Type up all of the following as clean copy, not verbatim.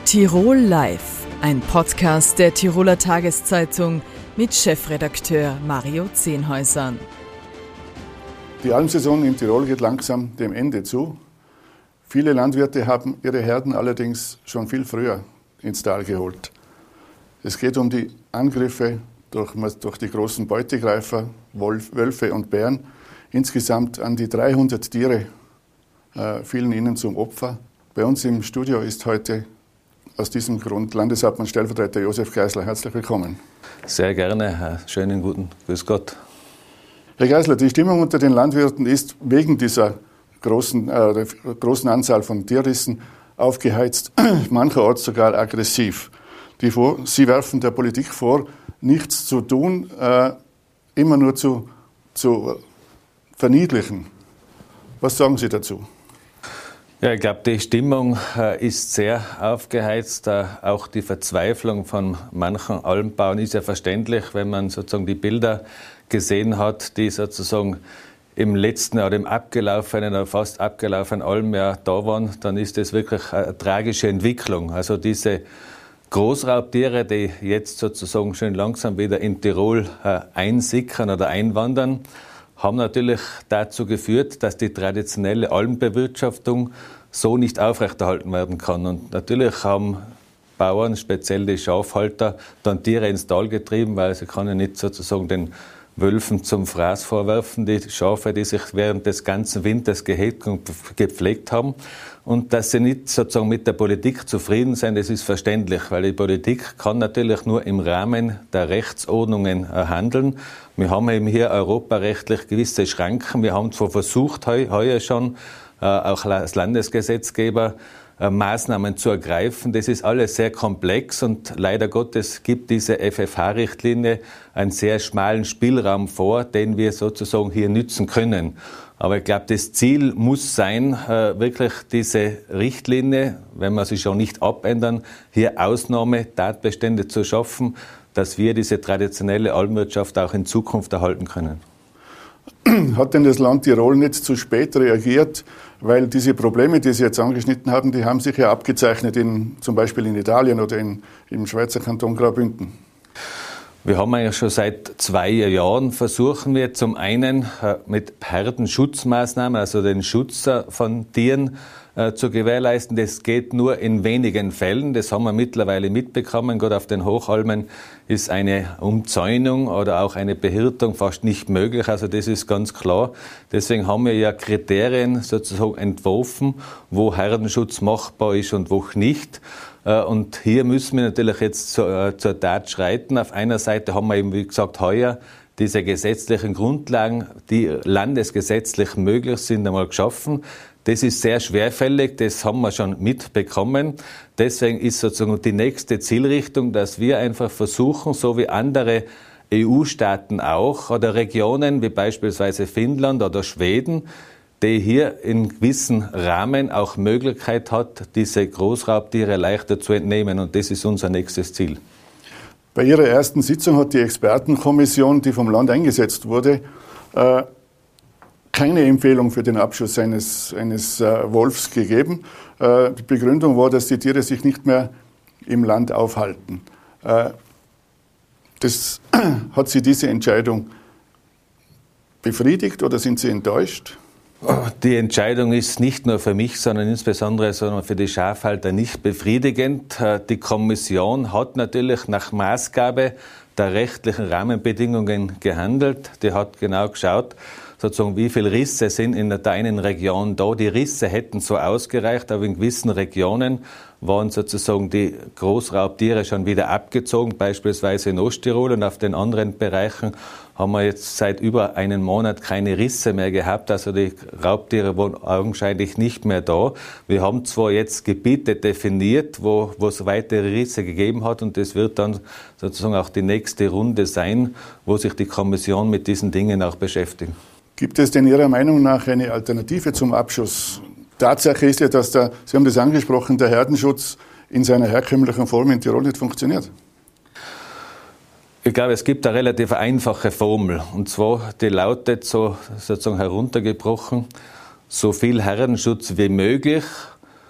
Tirol Live, ein Podcast der Tiroler Tageszeitung mit Chefredakteur Mario Zehnhäusern. Die Almsaison in Tirol geht langsam dem Ende zu. Viele Landwirte haben ihre Herden allerdings schon viel früher ins Tal geholt. Es geht um die Angriffe durch die großen Beutegreifer, Wölfe und Bären. Insgesamt an die 300 Tiere fielen ihnen zum Opfer. Bei uns im Studio ist heute aus diesem Grund Landeshauptmann Stellvertreter Josef Geisler. Herzlich willkommen. Sehr gerne. Schönen guten Grüß Gott. Herr Geisler, die Stimmung unter den Landwirten ist wegen dieser großen Anzahl von Tierrissen aufgeheizt, mancherorts sogar aggressiv. Sie werfen der Politik vor, nichts zu tun, immer nur zu verniedlichen. Was sagen Sie dazu? Ja, ich glaube, die Stimmung ist sehr aufgeheizt. Auch die Verzweiflung von manchen Almbauern ist ja verständlich, wenn man sozusagen die Bilder gesehen hat, die sozusagen im letzten oder im abgelaufenen oder fast abgelaufenen Almjahr da waren, dann ist das wirklich eine tragische Entwicklung. Also diese Großraubtiere, die jetzt sozusagen schön langsam wieder in Tirol einsickern oder einwandern, haben natürlich dazu geführt, dass die traditionelle Almbewirtschaftung so nicht aufrechterhalten werden kann. Und natürlich haben Bauern, speziell die Schafhalter, dann Tiere ins Tal getrieben, weil sie können nicht sozusagen den Wölfen zum Fraß vorwerfen, die Schafe, die sich während des ganzen Winters gehegt und gepflegt haben. Und dass sie nicht sozusagen mit der Politik zufrieden sind, das ist verständlich, weil die Politik kann natürlich nur im Rahmen der Rechtsordnungen handeln. Wir haben eben hier europarechtlich gewisse Schranken. Wir haben zwar versucht, heuer schon, auch als Landesgesetzgeber, Maßnahmen zu ergreifen. Das ist alles sehr komplex und leider Gottes gibt diese FFH-Richtlinie einen sehr schmalen Spielraum vor, den wir sozusagen hier nützen können. Aber ich glaube, das Ziel muss sein, wirklich diese Richtlinie, wenn wir sie schon nicht abändern, hier Ausnahmetatbestände zu schaffen, dass wir diese traditionelle Almwirtschaft auch in Zukunft erhalten können. Hat denn das Land Tirol nicht zu spät reagiert? Weil diese Probleme, die Sie jetzt angeschnitten haben, die haben sich ja abgezeichnet, zum Beispiel in Italien oder im Schweizer Kanton Graubünden. Wir haben eigentlich schon seit 2 Jahren versuchen wir zum einen mit Herdenschutzmaßnahmen, also den Schutz von Tieren zu gewährleisten. Das geht nur in wenigen Fällen. Das haben wir mittlerweile mitbekommen. Gerade auf den Hochalmen ist eine Umzäunung oder auch eine Behirtung fast nicht möglich. Also das ist ganz klar. Deswegen haben wir ja Kriterien sozusagen entworfen, wo Herdenschutz machbar ist und wo nicht. Und hier müssen wir natürlich jetzt zur Tat schreiten. Auf einer Seite haben wir eben, wie gesagt, heuer diese gesetzlichen Grundlagen, die landesgesetzlich möglich sind, einmal geschaffen. Das ist sehr schwerfällig, das haben wir schon mitbekommen. Deswegen ist sozusagen die nächste Zielrichtung, dass wir einfach versuchen, so wie andere EU-Staaten auch oder Regionen wie beispielsweise Finnland oder Schweden, die hier in gewissen Rahmen auch Möglichkeit hat, diese Großraubtiere leichter zu entnehmen. Und das ist unser nächstes Ziel. Bei Ihrer ersten Sitzung hat die Expertenkommission, die vom Land eingesetzt wurde, keine Empfehlung für den Abschuss eines Wolfs gegeben. Die Begründung war, dass die Tiere sich nicht mehr im Land aufhalten. Hat Sie diese Entscheidung befriedigt oder sind Sie enttäuscht? Die Entscheidung ist nicht nur für mich, sondern insbesondere für die Schafhalter nicht befriedigend. Die Kommission hat natürlich nach Maßgabe der rechtlichen Rahmenbedingungen gehandelt. Die hat genau geschaut, sozusagen, wie viele Risse sind in der einen Region da. Die Risse hätten so ausgereicht, aber in gewissen Regionen waren sozusagen die Großraubtiere schon wieder abgezogen, beispielsweise in Osttirol, und auf den anderen Bereichen haben wir jetzt seit über einem Monat keine Risse mehr gehabt. Also die Raubtiere waren augenscheinlich nicht mehr da. Wir haben zwar jetzt Gebiete definiert, wo es weitere Risse gegeben hat, und das wird dann sozusagen auch die nächste Runde sein, wo sich die Kommission mit diesen Dingen auch beschäftigt. Gibt es denn Ihrer Meinung nach eine Alternative zum Abschuss? Tatsache ist ja, dass Sie haben das angesprochen, der Herdenschutz in seiner herkömmlichen Form in Tirol nicht funktioniert. Ich glaube, es gibt eine relativ einfache Formel. Und zwar, die lautet so sozusagen heruntergebrochen, so viel Herdenschutz wie möglich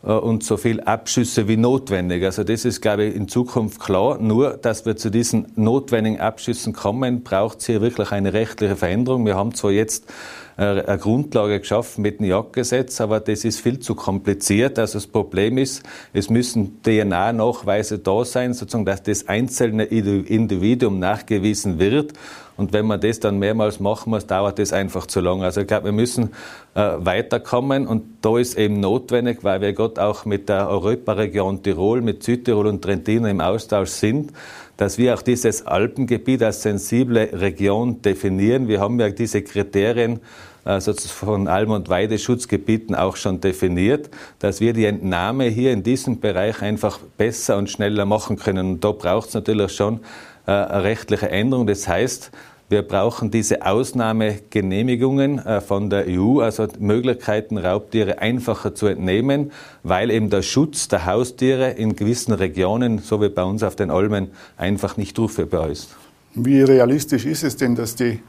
und so viel Abschüsse wie notwendig. Also das ist, glaube ich, in Zukunft klar. Nur, dass wir zu diesen notwendigen Abschüssen kommen, braucht es hier wirklich eine rechtliche Veränderung. Wir haben zwar jetzt eine Grundlage geschaffen mit dem Jagdgesetz, aber das ist viel zu kompliziert. Also das Problem ist, es müssen DNA-Nachweise da sein, sozusagen, dass das einzelne Individuum nachgewiesen wird. Und wenn man das dann mehrmals machen muss, dauert das einfach zu lange. Also ich glaube, wir müssen weiterkommen und da ist eben notwendig, weil wir gerade auch mit der Europaregion Tirol, mit Südtirol und Trentino im Austausch sind, dass wir auch dieses Alpengebiet als sensible Region definieren. Wir haben ja diese Kriterien sozusagen von Alm- und Weideschutzgebieten auch schon definiert, dass wir die Entnahme hier in diesem Bereich einfach besser und schneller machen können. Und da braucht es natürlich schon eine rechtliche Änderung. Das heißt, wir brauchen diese Ausnahmegenehmigungen von der EU, also Möglichkeiten, Raubtiere einfacher zu entnehmen, weil eben der Schutz der Haustiere in gewissen Regionen, so wie bei uns auf den Almen, einfach nicht durchführbar ist. Wie realistisch ist es denn, dass die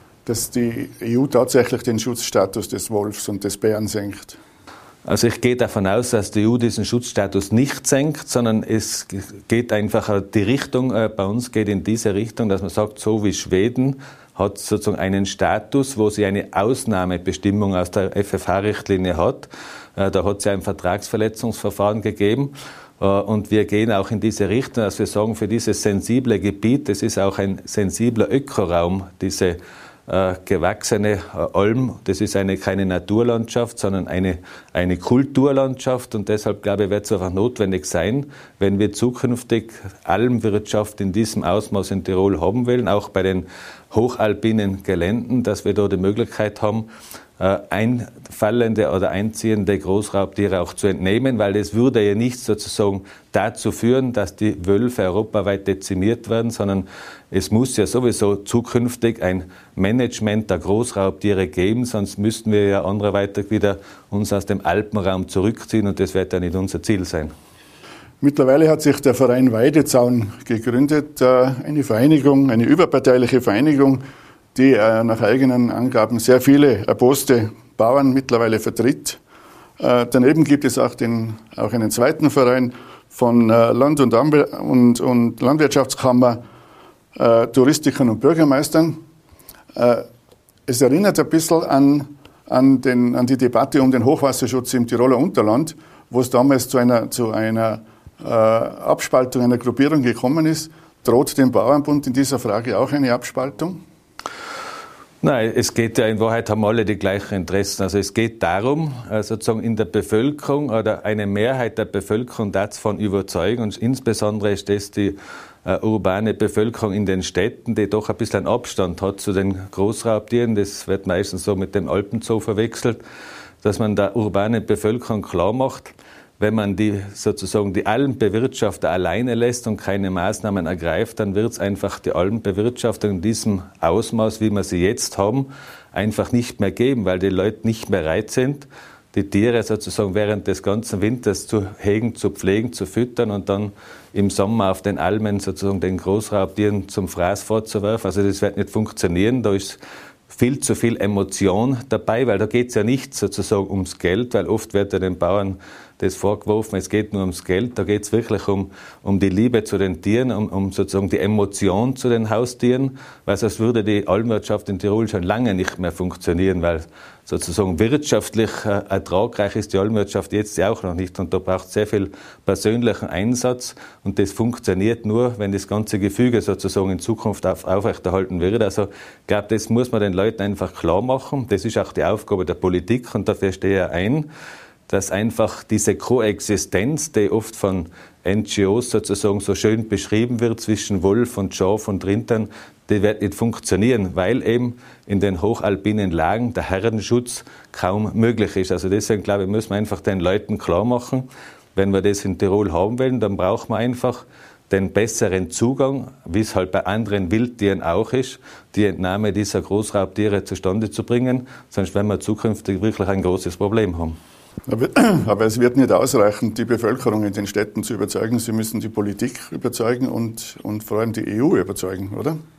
EU tatsächlich den Schutzstatus des Wolfs und des Bären senkt? Also ich gehe davon aus, dass die EU diesen Schutzstatus nicht senkt, sondern es geht einfach die Richtung, bei uns geht in diese Richtung, dass man sagt, so wie Schweden hat sozusagen einen Status, wo sie eine Ausnahmebestimmung aus der FFH-Richtlinie hat. Da hat es ja ein Vertragsverletzungsverfahren gegeben. Und wir gehen auch in diese Richtung, dass wir sagen, für dieses sensible Gebiet, das ist auch ein sensibler Ökoraum, diese gewachsene Alm, das ist keine Naturlandschaft, sondern eine Kulturlandschaft und deshalb, glaube ich, wird es einfach notwendig sein, wenn wir zukünftig Almwirtschaft in diesem Ausmaß in Tirol haben wollen, auch bei den hochalpinen Geländen, dass wir da die Möglichkeit haben, einfallende oder einziehende Großraubtiere auch zu entnehmen, weil das würde ja nicht sozusagen dazu führen, dass die Wölfe europaweit dezimiert werden, sondern es muss ja sowieso zukünftig ein Management der Großraubtiere geben, sonst müssten wir ja anderweitig wieder uns aus dem Alpenraum zurückziehen und das wird ja nicht unser Ziel sein. Mittlerweile hat sich der Verein Weidezaun gegründet, eine Vereinigung, eine überparteiliche Vereinigung, die nach eigenen Angaben sehr viele erboste Bauern mittlerweile vertritt. Daneben gibt es auch einen zweiten Verein von Land- und Landwirtschaftskammer, Touristikern und Bürgermeistern. Es erinnert ein bisschen an die Debatte um den Hochwasserschutz im Tiroler Unterland, wo es damals zu einer Abspaltung, einer Gruppierung gekommen ist. Droht dem Bauernbund in dieser Frage auch eine Abspaltung? Nein, es geht ja in Wahrheit, haben alle die gleichen Interessen. Also es geht darum, sozusagen in der Bevölkerung oder eine Mehrheit der Bevölkerung davon überzeugen und insbesondere ist das die urbane Bevölkerung in den Städten, die doch ein bisschen Abstand hat zu den Großraubtieren. Das wird meistens so mit dem Alpenzoo verwechselt, dass man der urbanen Bevölkerung klar macht, wenn man die Almbewirtschafter alleine lässt und keine Maßnahmen ergreift, dann wird es einfach die Almbewirtschaftung in diesem Ausmaß, wie wir sie jetzt haben, einfach nicht mehr geben, weil die Leute nicht bereit sind, die Tiere sozusagen während des ganzen Winters zu hegen, zu pflegen, zu füttern und dann im Sommer auf den Almen sozusagen den Großraubtieren zum Fraß vorzuwerfen. Also das wird nicht funktionieren, da ist viel zu viel Emotion dabei, weil da geht es ja nicht sozusagen ums Geld, weil oft wird ja den Bauern das vorgeworfen, es geht nur ums Geld, da geht es wirklich um die Liebe zu den Tieren, um sozusagen die Emotion zu den Haustieren, weil sonst würde die Almwirtschaft in Tirol schon lange nicht mehr funktionieren, weil sozusagen wirtschaftlich ertragreich ist die Almwirtschaft jetzt ja auch noch nicht und da braucht es sehr viel persönlichen Einsatz und das funktioniert nur, wenn das ganze Gefüge sozusagen in Zukunft aufrechterhalten wird. Also ich glaube, das muss man den Leuten einfach klar machen, das ist auch die Aufgabe der Politik und dafür stehe ich ein, dass einfach diese Koexistenz, die oft von NGOs sozusagen so schön beschrieben wird zwischen Wolf und Schaf und Rindern, die wird nicht funktionieren, weil eben in den hochalpinen Lagen der Herdenschutz kaum möglich ist. Also deswegen glaube ich, müssen wir einfach den Leuten klar machen, wenn wir das in Tirol haben wollen, dann braucht man einfach den besseren Zugang, wie es halt bei anderen Wildtieren auch ist, die Entnahme dieser Großraubtiere zustande zu bringen, sonst werden wir zukünftig wirklich ein großes Problem haben. Aber es wird nicht ausreichen, die Bevölkerung in den Städten zu überzeugen. Sie müssen die Politik überzeugen und vor allem die EU überzeugen, oder?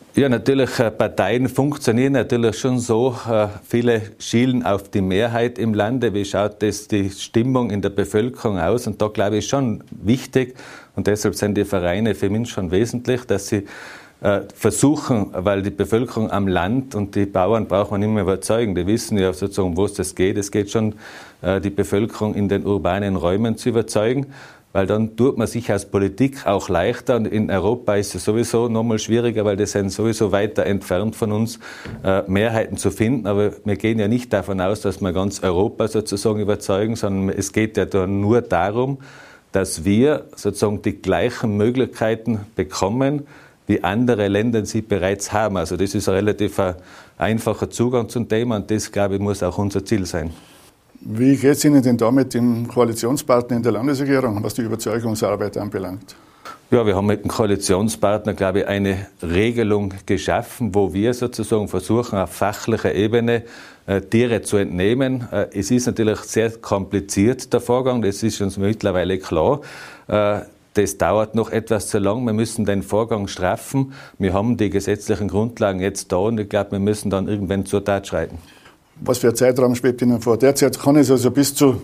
Ja, natürlich, Parteien funktionieren natürlich schon so. Viele schielen auf die Mehrheit im Lande. Wie schaut das die Stimmung in der Bevölkerung aus? Und da glaube ich schon wichtig, und deshalb sind die Vereine für mich schon wesentlich, dass sie versuchen, weil die Bevölkerung am Land und die Bauern braucht man nicht mehr überzeugen. Die wissen ja sozusagen, wo es das geht. Es geht schon, die Bevölkerung in den urbanen Räumen zu überzeugen. Weil dann tut man sich als Politik auch leichter. Und in Europa ist es sowieso nochmal schwieriger, weil die sind sowieso weiter entfernt von uns, Mehrheiten zu finden. Aber wir gehen ja nicht davon aus, dass wir ganz Europa sozusagen überzeugen, sondern es geht ja dann nur darum, dass wir sozusagen die gleichen Möglichkeiten bekommen, wie andere Länder sie bereits haben. Also das ist ein relativ einfacher Zugang zum Thema und das, glaube ich, muss auch unser Ziel sein. Wie geht es Ihnen denn da mit dem Koalitionspartner in der Landesregierung, was die Überzeugungsarbeit anbelangt? Ja, wir haben mit dem Koalitionspartner, glaube ich, eine Regelung geschaffen, wo wir sozusagen versuchen, auf fachlicher Ebene Tiere zu entnehmen. Es ist natürlich sehr kompliziert, der Vorgang, das ist uns mittlerweile klar. Das dauert noch etwas zu lang. Wir müssen den Vorgang straffen. Wir haben die gesetzlichen Grundlagen jetzt da und ich glaube, wir müssen dann irgendwann zur Tat schreiten. Was für ein Zeitraum schwebt Ihnen vor? Derzeit kann es also bis zu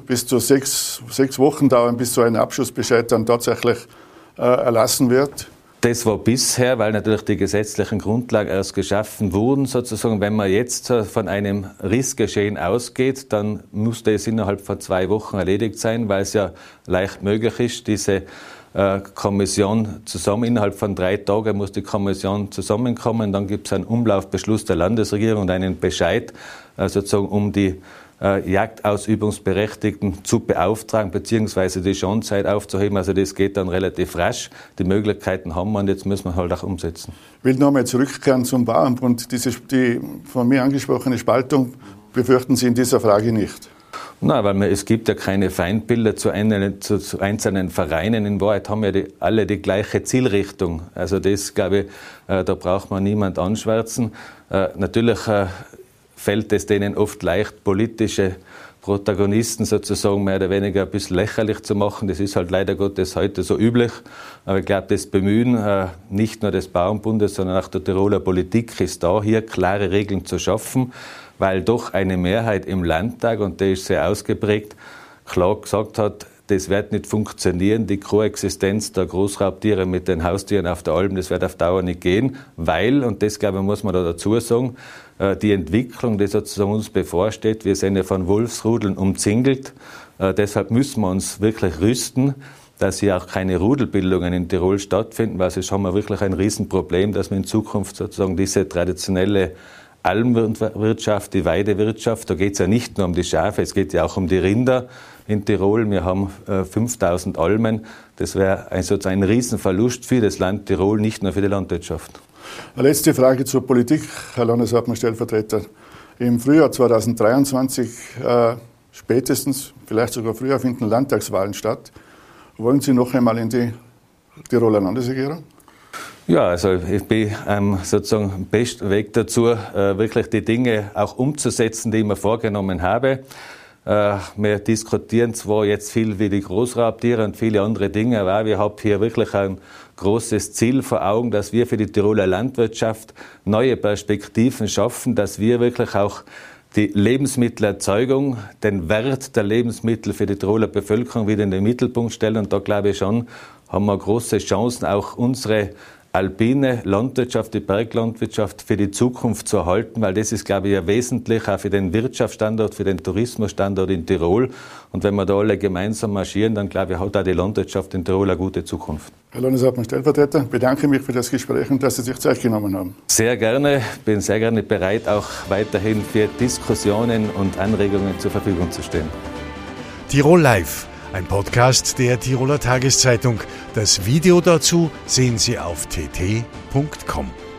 6 Wochen dauern, bis so ein Abschlussbescheid dann tatsächlich erlassen wird. Das war bisher, weil natürlich die gesetzlichen Grundlagen erst geschaffen wurden, sozusagen. Wenn man jetzt von einem Rissgeschehen ausgeht, dann muss das innerhalb von 2 Wochen erledigt sein, weil es ja leicht möglich ist, diese Kommission innerhalb von 3 Tagen muss die Kommission zusammenkommen, dann gibt es einen Umlaufbeschluss der Landesregierung und einen Bescheid, sozusagen um die Jagdausübungsberechtigten zu beauftragen, beziehungsweise die Schonzeit aufzuheben. Also das geht dann relativ rasch. Die Möglichkeiten haben wir und jetzt müssen wir halt auch umsetzen. Ich will nochmal zurückkehren zum Bauernbund. Die von mir angesprochene Spaltung befürchten Sie in dieser Frage nicht? Nein, weil es gibt ja keine Feindbilder zu einzelnen Vereinen. In Wahrheit haben ja alle die gleiche Zielrichtung. Also das, glaube ich, da braucht man niemand anschwärzen. Natürlich fällt es denen oft leicht, politische Protagonisten sozusagen mehr oder weniger ein bisschen lächerlich zu machen. Das ist halt leider Gottes heute so üblich. Aber ich glaube, das Bemühen nicht nur des Bauernbundes, sondern auch der Tiroler Politik ist da, hier klare Regeln zu schaffen, weil doch eine Mehrheit im Landtag, und der ist sehr ausgeprägt, klar gesagt hat, das wird nicht funktionieren, die Koexistenz der Großraubtiere mit den Haustieren auf der Alm, das wird auf Dauer nicht gehen, weil, und das glaube ich muss man da dazu sagen, die Entwicklung, die sozusagen uns bevorsteht, wir sind ja von Wolfsrudeln umzingelt, deshalb müssen wir uns wirklich rüsten, dass hier auch keine Rudelbildungen in Tirol stattfinden, weil sonst haben wir wirklich ein Riesenproblem, dass wir in Zukunft sozusagen diese traditionelle Almwirtschaft, die Weidewirtschaft, da geht es ja nicht nur um die Schafe, es geht ja auch um die Rinder in Tirol. Wir haben 5000 Almen. Das wäre sozusagen ein Riesenverlust für das Land Tirol, nicht nur für die Landwirtschaft. Eine letzte Frage zur Politik, Herr Landeshauptmann-Stellvertreter. Im Frühjahr 2023, spätestens, vielleicht sogar früher, finden Landtagswahlen statt. Wollen Sie noch einmal in die Tiroler Landesregierung? Ja, also ich bin sozusagen am besten Weg dazu, wirklich die Dinge auch umzusetzen, die ich mir vorgenommen habe. Wir diskutieren zwar jetzt viel wie die Großraubtiere und viele andere Dinge, aber wir haben hier wirklich ein großes Ziel vor Augen, dass wir für die Tiroler Landwirtschaft neue Perspektiven schaffen, dass wir wirklich auch die Lebensmittelerzeugung, den Wert der Lebensmittel für die Tiroler Bevölkerung wieder in den Mittelpunkt stellen. Und da glaube ich schon, haben wir große Chancen, auch unsere alpine Landwirtschaft, die Berglandwirtschaft für die Zukunft zu erhalten, weil das ist, glaube ich, ja wesentlich auch für den Wirtschaftsstandort, für den Tourismusstandort in Tirol. Und wenn wir da alle gemeinsam marschieren, dann, glaube ich, hat auch die Landwirtschaft in Tirol eine gute Zukunft. Herr Landeshauptmann-Stellvertreter, bedanke mich für das Gespräch und dass Sie sich Zeit genommen haben. Sehr gerne, bin sehr gerne bereit, auch weiterhin für Diskussionen und Anregungen zur Verfügung zu stehen. Tirol Live, ein Podcast der Tiroler Tageszeitung. Das Video dazu sehen Sie auf tt.com.